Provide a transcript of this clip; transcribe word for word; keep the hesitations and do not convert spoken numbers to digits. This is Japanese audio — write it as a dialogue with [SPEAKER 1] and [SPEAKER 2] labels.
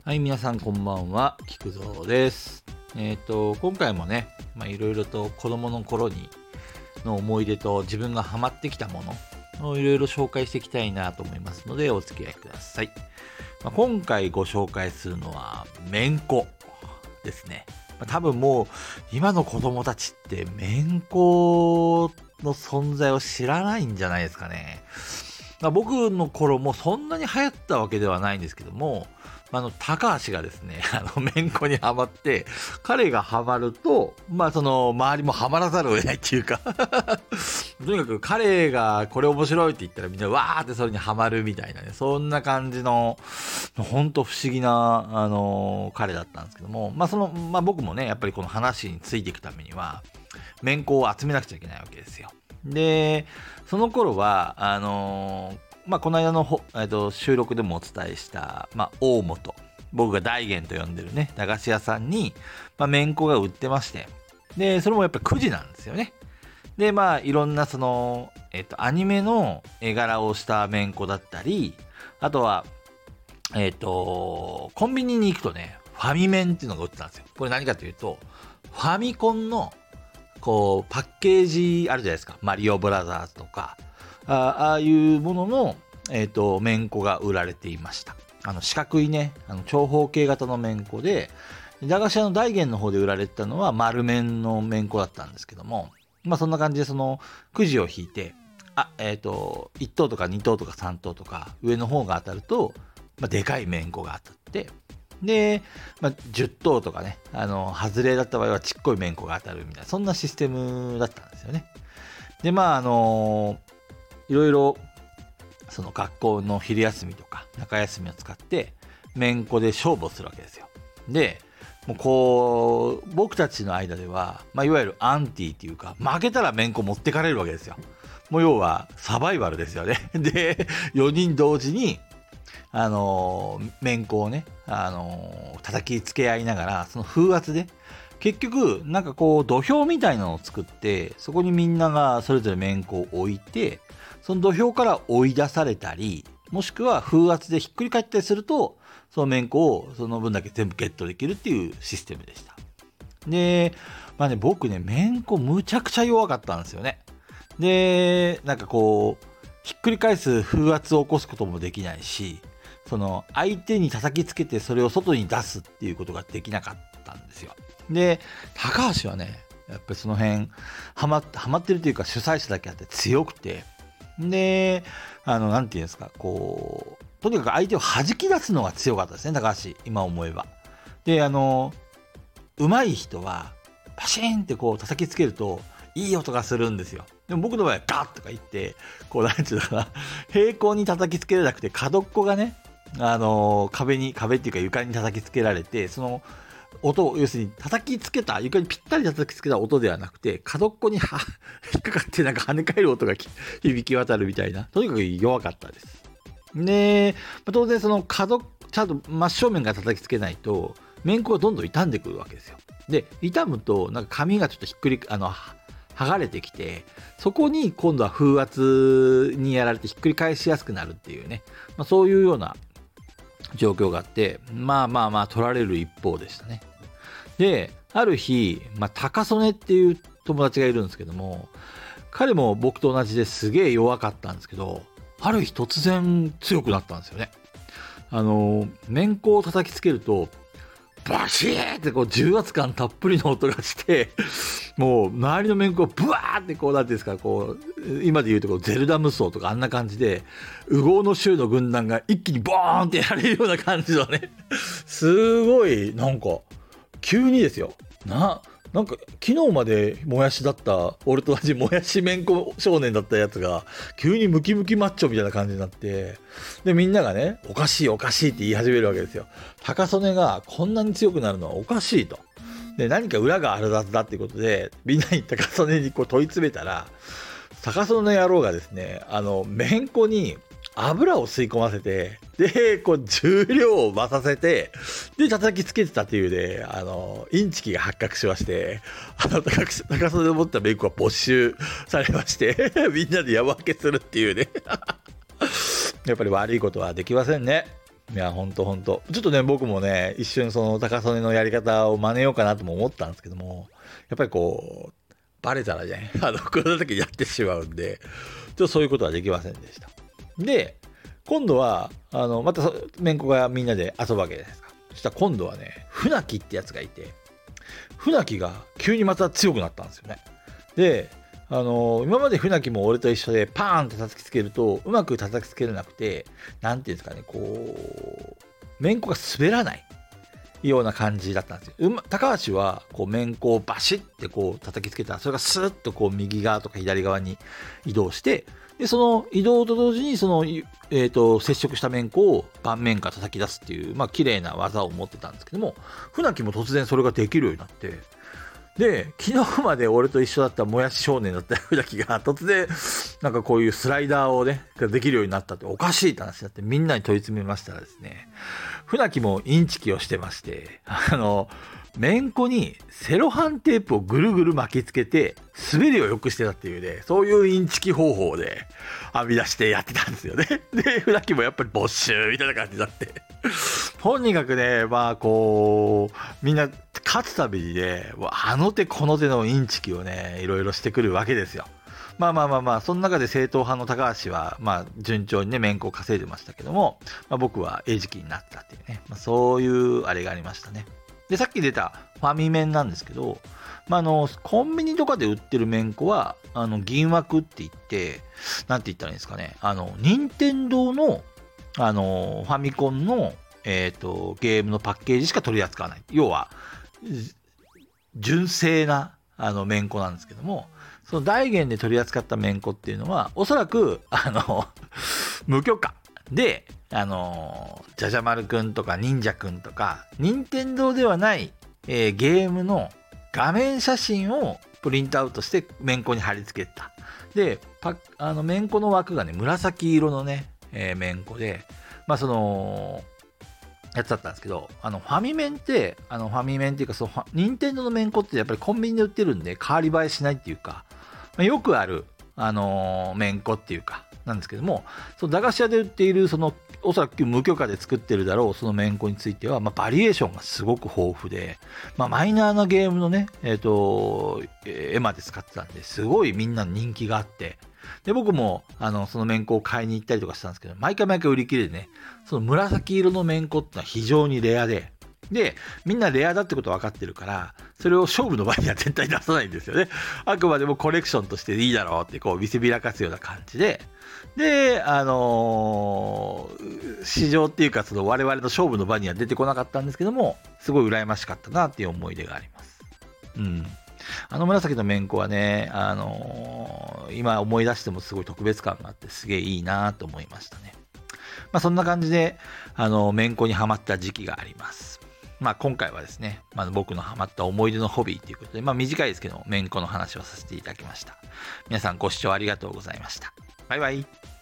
[SPEAKER 1] はい、皆さんこんばんは、菊蔵です。えっ、と、今回もね、まあいろいろと子供の頃にの思い出と自分がハマってきたものをいろいろ紹介していきたいなと思いますので、お付き合いください。まあ、今回ご紹介するのは、めんこですね。まあ、多分もう、今の子供たちって、めんこの存在を知らないんじゃないですかね。まあ、僕の頃もそんなに流行ったわけではないんですけども、あの、高橋がですね、あの、めんこにハマって、彼がハマると、まあ、その、周りもハマらざるを得ないっていうか、とにかく彼がこれ面白いって言ったらみんなわーってそれにハマるみたいなね、そんな感じの、ほんと不思議な、あの、彼だったんですけども、まあ、その、まあ、僕もね、やっぱりこの話についていくためには、めんこを集めなくちゃいけないわけですよ。で、その頃は、あのー、まあ、この間のほ、えっと、収録でもお伝えした、まあ、大本、僕が大元と呼んでるね、駄菓子屋さんに、まあ、めんこが売ってまして、で、それもやっぱりくじなんですよね。で、まあ、いろんなその、えっと、アニメの絵柄をしためんこだったり、あとは、えっと、コンビニに行くとね、ファミメンっていうのが売ってたんですよ。これ何かというと、ファミコンの、こう、パッケージあるじゃないですか。マリオブラザーズとか、あ, ああいうものの、えっと、めんこが売られていました。あの、四角いね、あの長方形型のめんこで、駄菓子屋の大元の方で売られてたのは丸麺のめんこだったんですけども、まあそんな感じでその、くじを引いて、あ、えっと、いっ等とかに等とかさん等とか、上の方が当たると、まあでかいめんこが当たって、で、まあ、じゅっ等とかね、あの、外れだった場合はちっこいめんこが当たるみたいな、そんなシステムだったんですよね。で、まあ、あのいろいろ、その学校の昼休みとか中休みを使って、めんこで勝負をするわけですよ。で、もうこう、僕たちの間では、まあ、いわゆるアンティっていうか、負けたらめんこ持ってかれるわけですよ。もう要は、サバイバルですよね。で、よにん同時に、あのー、めんこをね、あのー、叩きつけ合いながら、その風圧で、結局、なんかこう、土俵みたいなのを作って、そこにみんながそれぞれめんこを置いて、その土俵から追い出されたり、もしくは風圧でひっくり返ったりすると、そのめんこをその分だけ全部ゲットできるっていうシステムでした。で、まあね、僕ね、めんこむちゃくちゃ弱かったんですよね。で、なんかこう、ひっくり返す風圧を起こすこともできないし、その相手に叩きつけてそれを外に出すっていうことができなかったんですよ。で、高橋はね、やっぱりその辺、ハマ、ハマってるというか主催者だけあって強くて、で、あの、なんていうんですか、こう、とにかく相手を弾き出すのが強かったですね、高橋、今思えば。で、あの、上手い人は、パシーンってこう叩きつけると、いい音がするんですよ。でも僕の場合はガッとか言って、こう、なんていうのかな、平行に叩きつけられなくて、角っこがね、あのー、壁に、壁っていうか床に叩きつけられて、その音を、要するに叩きつけた、床にぴったり叩きつけた音ではなくて、角っこには引っかかってなんか跳ね返る音が響き渡るみたいな、とにかく弱かったです。で、当然その角、ちゃんと真正面から叩きつけないと、めんこがどんどん傷んでくるわけですよ。で、傷むと、なんか紙がちょっとひっくり、あの、剥がれてきて、そこに今度は風圧にやられてひっくり返しやすくなるっていうね、まあ、そういうような状況があって、まあまあまあ取られる一方でしたね。で、ある日、まあ、高曽根っていう友達がいるんですけども、彼も僕と同じですげえ弱かったんですけど、ある日突然強くなったんですよね。あの、めんこを叩きつけると、バシーってこう重圧感たっぷりの音がして、もう周りのめんこがブワーってこうなんていうんですか、こう、今で言うとこうゼルダ無双とかあんな感じで、右往の衆の軍団が一気にボーンってやられるような感じのね、すごいなんか、急にですよ。な、なんか昨日までもやしだった俺と同じもやしめんこ少年だったやつが急にムキムキマッチョみたいな感じになって、でみんながねおかしいおかしいって言い始めるわけですよ。高曽根がこんなに強くなるのはおかしいと。で何か裏があるはずだっていうことでみんなに高曽根にこう問い詰めたら、高曽根野郎がですね、あのめんこに油を吸い込ませて、で、こう重量を増させて、で、叩きつけてたっていうね、あの、インチキが発覚しまして、あの、高高曽で持ったメイクは没収されまして、みんなで山分けするっていうね。やっぱり悪いことはできませんね。 いや、ほんとほんと。ちょっとね、僕もね、一瞬その高曽根のやり方を真似ようかなとも思ったんですけども、やっぱりこう、バレたらね、あの、これだけやってしまうんで、ちょっとそういうことはできませんでした。で、今度は、あの、また、めんこがみんなで遊ぶわけじゃないですか。そしたら今度はね、船木ってやつがいて、船木が急にまた強くなったんですよね。で、あのー、今まで船木も俺と一緒でパーンって叩きつけるとうまく叩きつけれなくて、なんていうんですかね、こうめんこが滑らないような感じだったんですよ。うま、高橋はこうめんこをバシッてこう叩きつけたら、それがスーッとこう右側とか左側に移動して、でその移動と同時にその、えーと、接触しためんこを盤面から叩き出すっていう、まあ綺麗な技を持ってたんですけども、船木も突然それができるようになって、で昨日まで俺と一緒だったもやし少年だった船木が突然なんかこういうスライダーをねできるようになったっておかしいって話になって、みんなに問い詰めましたらですね、船木もインチキをしてまして、あのめんこにセロハンテープをぐるぐる巻きつけて滑りを良くしてたっていうね、そういうインチキ方法で編み出してやってたんですよね。で船木もやっぱり没収みたいな感じになってとにかくね、まあこうみんな勝つたびにね、あの手この手のインチキをねいろいろしてくるわけですよ。まあまあまあまあ、その中で正統派の高橋はまあ順調にねめんこを稼いでましたけども、まあ、僕は餌食になったっていうね、まあ、そういうあれがありましたね。でさっき出たファミメンなんですけど、まあ、あのコンビニとかで売ってるめんこはあの銀枠って言って、なんて言ったらいいんですかね、あの任天堂のあのファミコンのえーと、ゲームのパッケージしか取り扱わない。要は純正なあのめんこなんですけども、その大元で取り扱っためんこっていうのはおそらくあの無許可で、あのじゃじゃ丸くんとか忍者くんとか任天堂ではない、えー、ゲームの画面写真をプリントアウトしてめんこに貼り付けた。でパあのめんこの枠がね紫色のね、えー、めんこで、まあそのやつだったんですけど、あのファミメンってあのファミメンっていうか、その任天堂のめんこってやっぱりコンビニで売ってるんで変わり映えしないっていうか、まあ、よくあるあのー、めんこっていうかなんですけども、その駄菓子屋で売っているそのおそらく無許可で作ってるだろうそのめんこについては、まあ、バリエーションがすごく豊富で、まあ、マイナーなゲームのねえっ、ー、と絵まで使ってたんですごいみんな人気があって、で僕もあのそのめんこを買いに行ったりとかしたんですけど、毎回毎回売り切れでね、その紫色のめんこってのは非常にレアで、でみんなレアだってこと分かってるから、それを勝負の場合には絶対出さないんですよね。あくまでもコレクションとしていいだろうってこう見せびらかすような感じで、であのー、市場っていうかその我々の勝負の場には出てこなかったんですけども、すごい羨ましかったなっていう思い出があります。うん、あの紫のめんこはね、あのー、今思い出してもすごい特別感があってすげえいいなと思いましたね。まあそんな感じであのめんこにハマった時期があります。まあ今回はですね、まあ、僕のハマった思い出のホビーということで、まあ短いですけどめんこの話をさせていただきました。皆さんご視聴ありがとうございました。バイバイ。